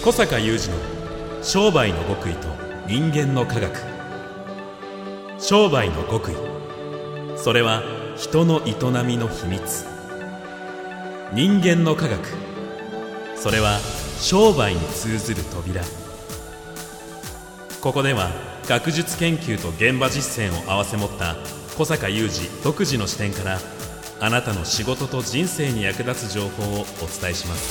小坂雄二の商売の極意と人間の科学。商売の極意、それは人の営みの秘密。人間の科学、それは商売に通ずる扉。ここでは学術研究と現場実践を併せ持った小坂雄二独自の視点から、あなたの仕事と人生に役立つ情報をお伝えします。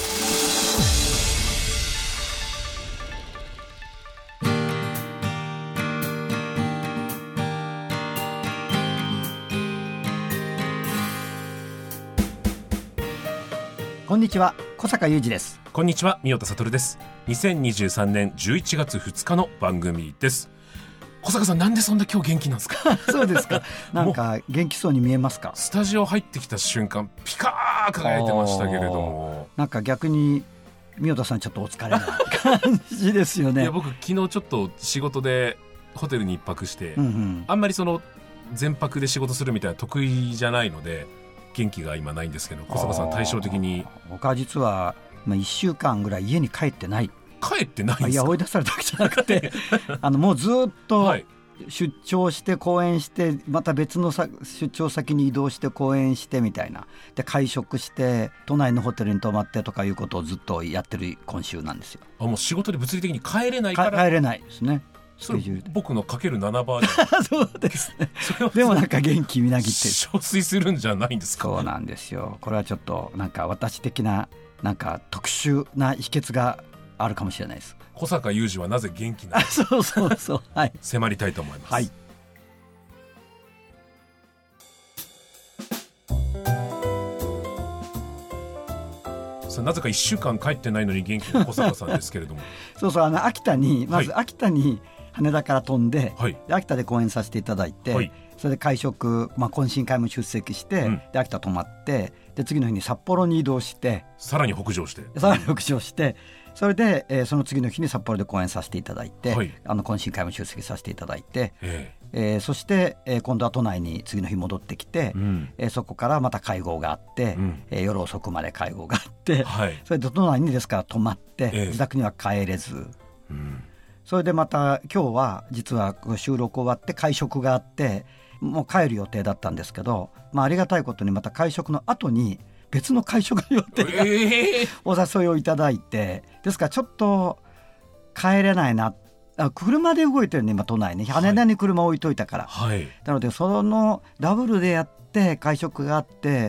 こんにちは、小坂雄二です。 こんにちは、三代田悟です。2023年11月2日の番組です。小坂さん、なんでそんな今日元気なんですか？ そうですか。なんか元気そうに見えますか？ スタジオ入ってきた瞬間ピカー輝いてましたけれども、 なんか逆に三代田さんちょっとお疲れな感じですよね。 いや、僕昨日ちょっと仕事でホテルに一泊して、あんまりその全泊で仕事するみたいな得意じゃないので元気が今ないんですけど、小坂さん対照的に。 僕は実は1週間ぐらい家に帰ってない。 帰ってないんですか？ いや、追い出されたわけじゃなくてもうずっと出張して講演して、また別の出張先に移動して講演してみたいなで、会食して都内のホテルに泊まってとかいうことをずっとやってる今週なんですよ。 もう仕事で物理的に帰れないから。 帰れないですね。 それ僕のかける7バーでそうですね。でもなんか元気みなぎって憔悴するんじゃないんですか？ そうなんですよ。これはちょっとなんか私的ななんか特殊な秘訣があるかもしれないです。 小坂雄二はなぜ元気なのかそうそうそう、はい、 迫りたいと思います。はい。なぜか1週間帰ってないのに元気な小坂さんですけれどもそうそう、秋田にまず秋田に羽田から飛んで、 はい、 で秋田で講演させていただいて、はい、それで会食、懇親会も出席して、で秋田泊まって、で次の日に札幌に移動して、 さらに北上して、 それで、その次の日に札幌で講演させていただいて、 はい、 懇親会も出席させていただいて、そして、今度は都内に次の日戻ってきて、そこからまた会合があって、夜遅くまで会合があって、はい、それで都内にですから泊まって、自宅には帰れず、それでまた今日は実は収録終わって会食があって、もう帰る予定だったんですけど、ありがたいことにまた会食の後に別の会食の予定が、お誘いをいただいて、ですからちょっと帰れないな。車で動いてるね、今都内ね、羽田に車置いといたから、はい、なのでそのダブルでやって会食があって、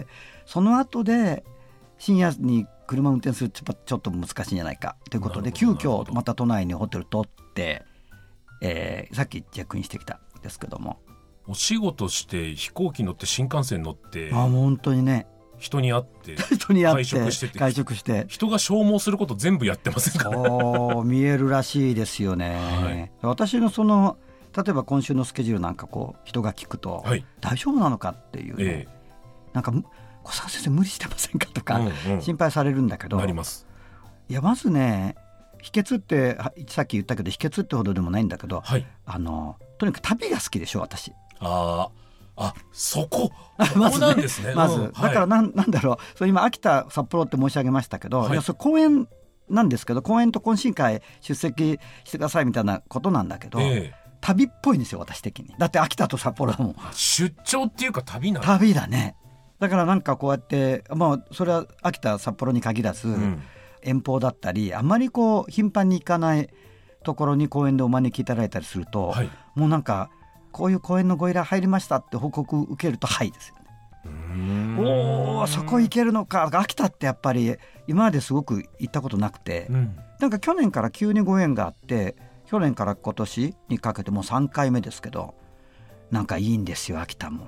その後で深夜に車運転するとちょっと難しいんじゃないかということで、急遽また都内にホテル取って、さっきチェックインしてきたんですけども。 お仕事して飛行機乗って新幹線乗って、 本当にね、 人に会って会食して人が消耗すること全部やってませんかね？ そう見えるらしいですよね、はい、私の例えば今週のスケジュールなんか人が聞くと、はい、大丈夫なのかっていう、なんか小坂先生無理してませんかとか、心配されるんだけど、 なります。 いや、まずね、秘訣ってさっき言ったけど秘訣ってほどでもないんだけど、はい、とにかく旅が好きでしょ、私。 そこなんですね。 まずだからなんだろう、今秋田札幌って申し上げましたけど、いや、それ講演なんですけど、講演と懇親会出席してくださいみたいなことなんだけど、旅っぽいんですよ、私的に。だって秋田と札幌だもん。 出張っていうか旅なの？ 旅だね。だからなんかこうやって、それは秋田札幌に限らず、遠方だったりあんまり頻繁に行かないところに講演でお招きいただいたりすると、もうなんかこういう講演のご依頼入りましたって報告受けると、はいですよね。そこ行けるのか。秋田ってやっぱり今まですごく行ったことなくて、なんか去年から急にご縁があって、去年から今年にかけてもう3回目ですけど、なんかいいんですよ、秋田も。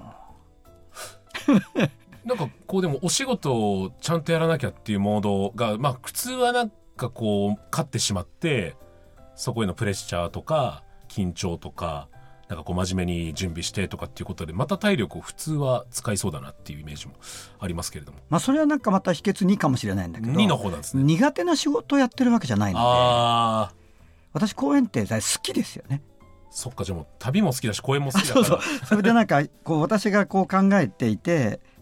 なんかでもお仕事をちゃんとやらなきゃっていうモードが、普通はなんか勝ってしまって、そこへのプレッシャーとか緊張とか、なんか真面目に準備してとかっていうことで、また体力を普通は使いそうだなっていうイメージもありますけれども、 それはなんかまた秘訣2かもしれないんだけど、 2の方なんですね。 苦手な仕事をやってるわけじゃないので、私講演って好きですよね。 そっか、じゃあもう旅も好きだし講演も好きだからそれでなんか私が考えていて、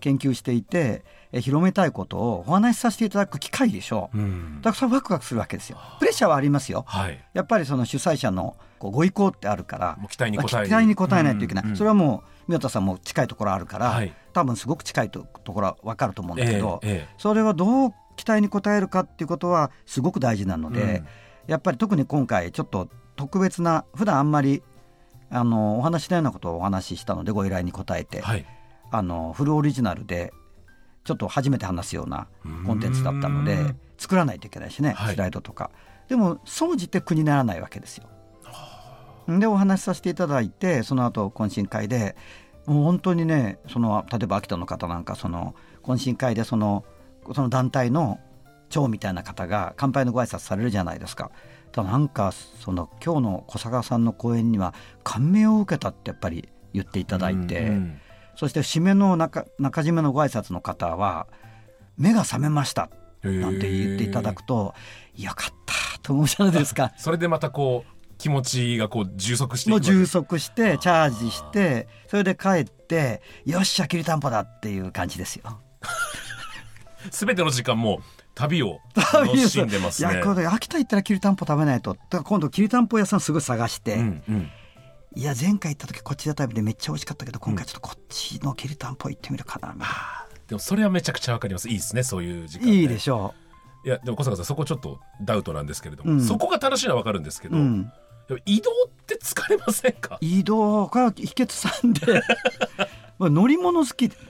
研究していて、広めたいことをお話しさせていただく機会でしょう、だからそれワクワクするわけですよ。プレッシャーはありますよ、やっぱりその主催者のご意向ってあるからもう期待に応えないといけない、それはもう宮田さんも近いところあるから、多分すごく近いところは分かると思うんだけど、それはどう期待に応えるかっていうことはすごく大事なので、やっぱり特に今回ちょっと特別な、普段あんまりお話しないようなことをお話ししたので、ご依頼に応えて、フルオリジナルでちょっと初めて話すようなコンテンツだったので作らないといけないしね、スライドとかでも総じて苦にならないわけですよ。でお話しさせていただいて、その後懇親会でもう本当にね、例えば秋田の方なんか懇親会でその団体の長みたいな方が乾杯のご挨拶されるじゃないですか。なんか今日の小坂さんの講演には感銘を受けたってやっぱり言っていただいて、そして締めの中締めのご挨拶の方は目が覚めましたなんて言っていただくと、よかったと思うじゃないですか。 それでまた気持ちが充足していくわけ充足してチャージして、それで帰ってよっしゃきりたんぽだっていう感じですよ。 全ての時間も旅を楽しんでますね。 いや、これ秋田行ったらきりたんぽ食べないと。だから今度きりたんぽ屋さんすごい探して、いや前回行った時こっちで食べてめっちゃ美味しかったけど、今回ちょっとこっちのきりたんぽ行ってみるかな、 でもそれはめちゃくちゃわかります。いいですね、そういう時間、 いいでしょう。いやでも小坂さん、そこちょっっとダウトなんですけれども、そこが楽しいのはわかるんですけど、移動って疲れませんか？ 移動が秘訣さんで乗り物好きで、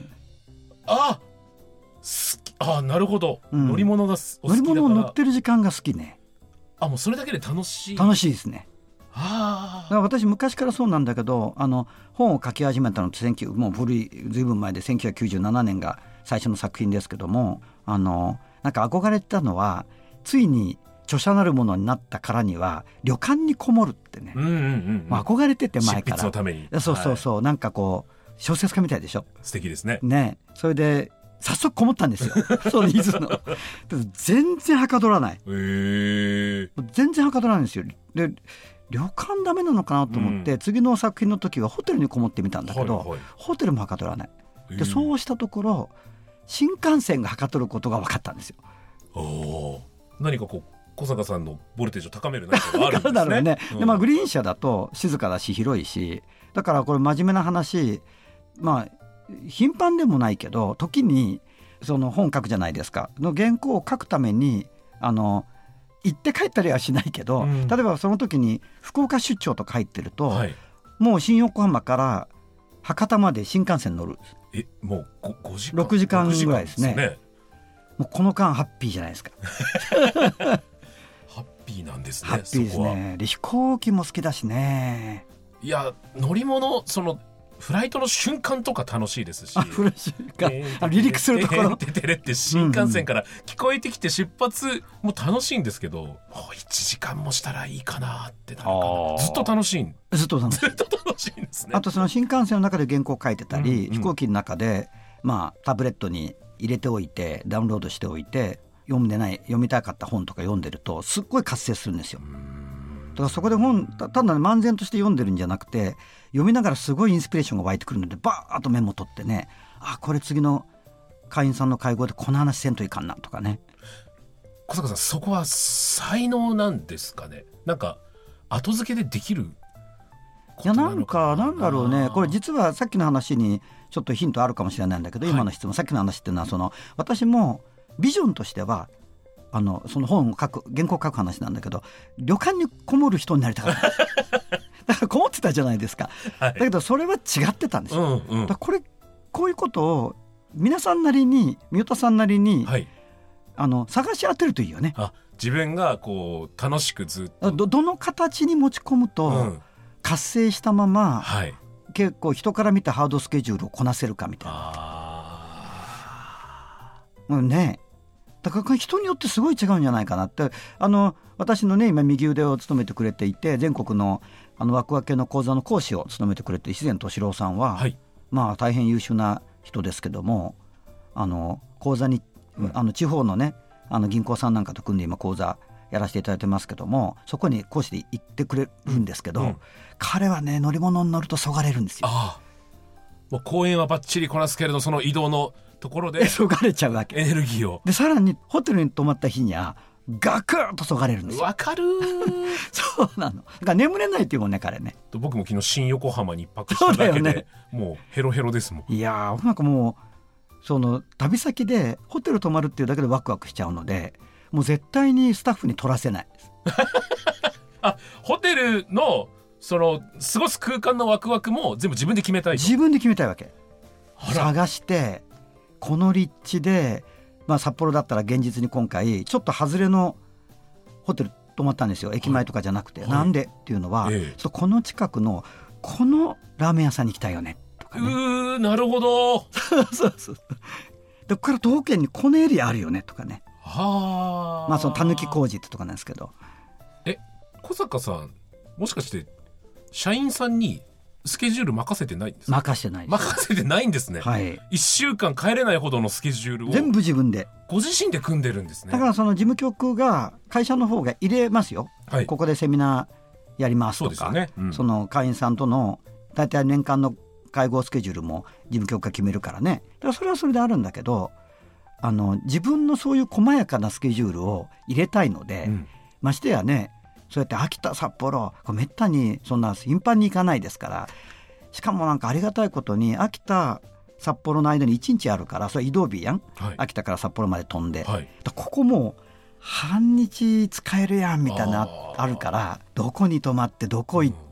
なるほど、乗り物がお好きだから。 乗り物を乗ってる時間が好きね。 もうそれだけで楽しいですね。だから私昔からそうなんだけど、本を書き始めたのってもう古いずいぶん前で1997年が最初の作品ですけども、なんか憧れてたのは、ついに著者なるものになったからには旅館にこもるってね、憧れてて前から。 執筆のために。 そう、なんか小説家みたいでしょ。 素敵ですね。 それで早速こもったんですよ。その伊豆の全然はかどらない、全然はかどらないんですよ。で旅館ダメなのかなと思って、次の作品の時はホテルにこもってみたんだけど、ホテルもはかどらない。でそうしたところ新幹線がはかどることが分かったんですよ。 何か小坂さんのボルテージを高める何かがあるんですね。 だろうね。でグリーン車だと静かだし広いし、だからこれ真面目な話、頻繁でもないけど時にその本書くじゃないですか、の原稿を書くために行って帰ったりはしないけど、例えばその時に福岡出張とか入ってると、もう新横浜から博多まで新幹線乗る。 もう5時間 6時間ぐらいですね。もうこの間ハッピーじゃないですか。 ハッピーなんですね。 ハッピーですね。で飛行機も好きだしね。 いや乗り物、フライトの瞬間とか楽しいですし、 フラ瞬間離陸するところててれって新幹線から聞こえてきて出発も楽しいんですけど、もう1時間もしたらいいかなってなるかな。ずっと楽しいんですね。 あとその新幹線の中で原稿書いてたり、飛行機の中でタブレットに入れておいてダウンロードしておいて、読みたかった本とか読んでるとすっごい活性するんですよ。だからそこでただ漫然として読んでるんじゃなくて、読みながらすごいインスピレーションが湧いてくるので、バーッとメモ取ってね、これ次の会員さんの会合でこの話せんといかんなとかね。 小坂さん、そこは才能なんですかね。なんか後付けでできることなのかな。 なんだろうね。これ実はさっきの話にちょっとヒントあるかもしれないんだけど、今の質問、さっきの話っていうのは私もビジョンとしてはその本を原稿を書く話なんだけど、旅館にこもる人になりたかっただからこもってたじゃないですか、だけどそれは違ってたんですよ、だからこういうことを皆さんなりに、宮田さんなりに、探し当てるといいよね。 自分が楽しくずっとどの形に持ち込むと、活性したまま、結構人から見たハードスケジュールをこなせるかみたいな。ね、だから人によってすごい違うんじゃないかなって。私のね今右腕を務めてくれていて、全国のワクワク系の講座の講師を務めてくれて石前敏郎さんは、大変優秀な人ですけども、講座に地方のね銀行さんなんかと組んで今講座やらせていただいてますけども、そこに講師で行ってくれるんですけど、彼はね乗り物に乗るとそがれるんですよ。 もう講演はバッチリこなすけれど、その移動のところでそがれちゃうわけ。 エネルギーをでさらにホテルに泊まった日にはガクッとそがれるんですよ。 わかるそうなの。だから眠れないっていうもんね彼ね。 僕も昨日新横浜に一泊しただけで、ね、もうヘロヘロですもん。 いやなんかもうその旅先でホテル泊まるっていうだけでワクワクしちゃうので、もう絶対にスタッフに取らせないですあ、ホテルのその過ごす空間のワクワクも全部自分で決めたいと。 自分で決めたいわけ。探してこの立地で、札幌だったら現実に今回ちょっと外れのホテル泊まったんですよ。駅前とかじゃなくて、はい、なんでっていうのは、この近くのこのラーメン屋さんに行きたいよねとかね。 なるほどそうでここから徒歩圏にこのエリアあるよねとかね。 はあ。 そのたぬき工事ってとこなんですけど。 小坂さんもしかして社員さんにスケジュール任せてないんですか？ 任せてないです。 任せてないんですね。 はい。 1週間帰れないほどのスケジュールを全部自分でご自身で組んでるんですね。 だからその事務局が会社の方が入れますよ、はい、ここでセミナーやりますとか、 そうですよね、 その会員さんとの大体年間の会合スケジュールも事務局が決めるからね。だからそれはそれであるんだけど、自分のそういう細やかなスケジュールを入れたいので、ましてやね、そうやって秋田札幌めったにそんな頻繁に行かないですから、しかもなんかありがたいことに秋田札幌の間に1日あるから、それ移動日やん、はい、秋田から札幌まで飛んで、はい、ここも半日使えるやんみたいなあるから、どこに泊まってどこ行って、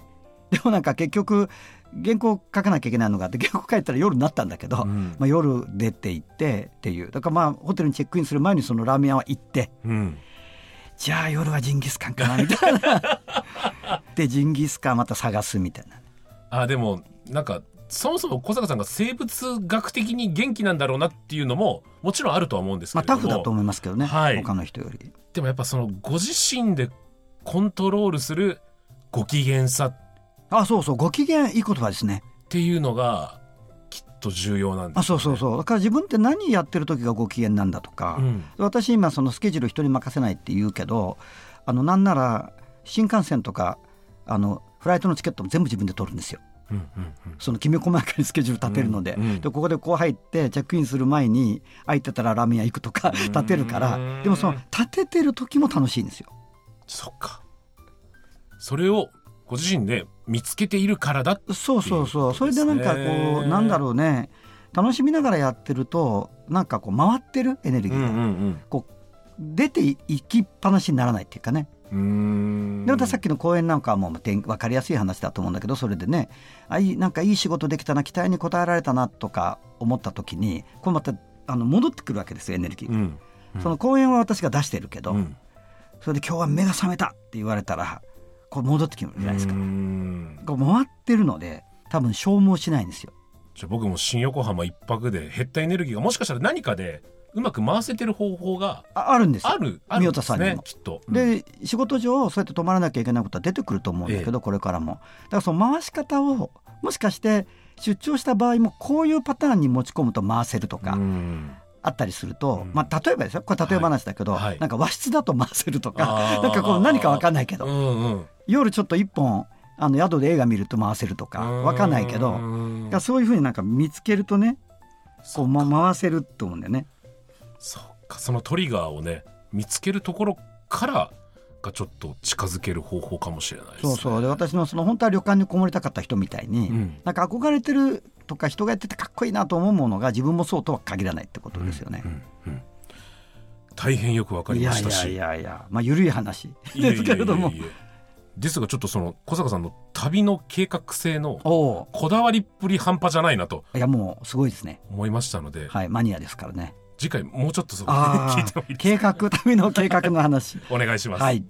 でもなんか結局原稿書かなきゃいけないのがあって、原稿書いたら夜になったんだけど、夜出て行ってっていう、だからホテルにチェックインする前にそのラーメン屋は行って、じゃあ夜はジンギスカンかなみたいなでジンギスカンまた探すみたいな。 でもなんかそもそも小坂さんが生物学的に元気なんだろうなっていうのももちろんあるとは思うんですけれども、 タフだと思いますけどね、はい、他の人より。 でもやっぱそのご自身でコントロールするご機嫌さ、 そうそう、ご機嫌いい言葉ですねっていうのがきっと重要なんです、ね、 そうだから自分って何やってる時がご機嫌なんだとか、私今そのスケジュール人に任せないって言うけど、なんなら新幹線とかフライトのチケットも全部自分で取るんですよ。そのきめ細やかにスケジュール立てるので、でここでこう入ってチェックインする前に空いてたらラーメン屋行くとか立てるから、でもその立ててる時も楽しいんですよ。 そっか、それをご自身で見つけているからだっていう、 そうそれでなんかこうなんだろうね、楽しみながらやってるとなんかこう回ってるエネルギーが、こう出ていきっぱなしにならないっていうかね。でまたさっきの講演なんかはもう分かりやすい話だと思うんだけど、それでね、なんかいい仕事できたな、期待に応えられたなとか思った時にこうまた戻ってくるわけですよ、エネルギーが、その講演は私が出してるけど、それで今日は目が覚めたって言われたらこう戻ってくるじゃないですか。こう回ってるので多分消耗しないんですよ。 じゃあ僕も新横浜一泊で減ったエネルギーがもしかしたら何かでうまく回せてる方法があるんですよ。 宮田さんにもきっと、 で仕事上そうやって止まらなきゃいけないことは出てくると思うんだけど、これからもだからその回し方をもしかして出張した場合もこういうパターンに持ち込むと回せるとかあったりすると、例えばですよ、これ例え話だけど、なんか和室だと回せるとか、なんかこう何か分かんないけど、夜ちょっと一本宿で映画見ると回せるとか分かんないけど、そういうふうになんか見つけるとね、こう回せると思うんだよね。 そうか、そのトリガーをね見つけるところからがちょっと近づける方法かもしれないですね。 そうで私のその本当は旅館にこもりたかった人みたいに、なんか憧れてるとか人がやっててかっこいいなと思うものが自分もそうとは限らないってことですよね。 大変よくわかりましたし、 いや緩い話ですけれども、 ですがちょっとその小坂さんの旅の計画性のこだわりっぷり半端じゃないなと、 いやもうすごいですね、 思いましたので、 はい、マニアですからね。 次回もうちょっとそこで聞いてもいいですか？ 旅の計画の話お願いします。 はい、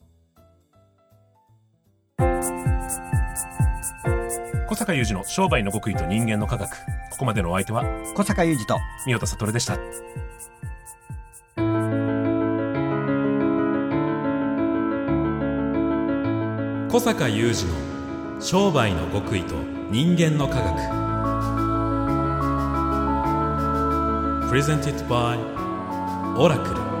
小坂雄二の商売の極意と人間の科学、ここまでのお相手は小坂雄二と宮田悟でした。 小坂雄二の商売の極意と人間の科学、Presented by Oracle。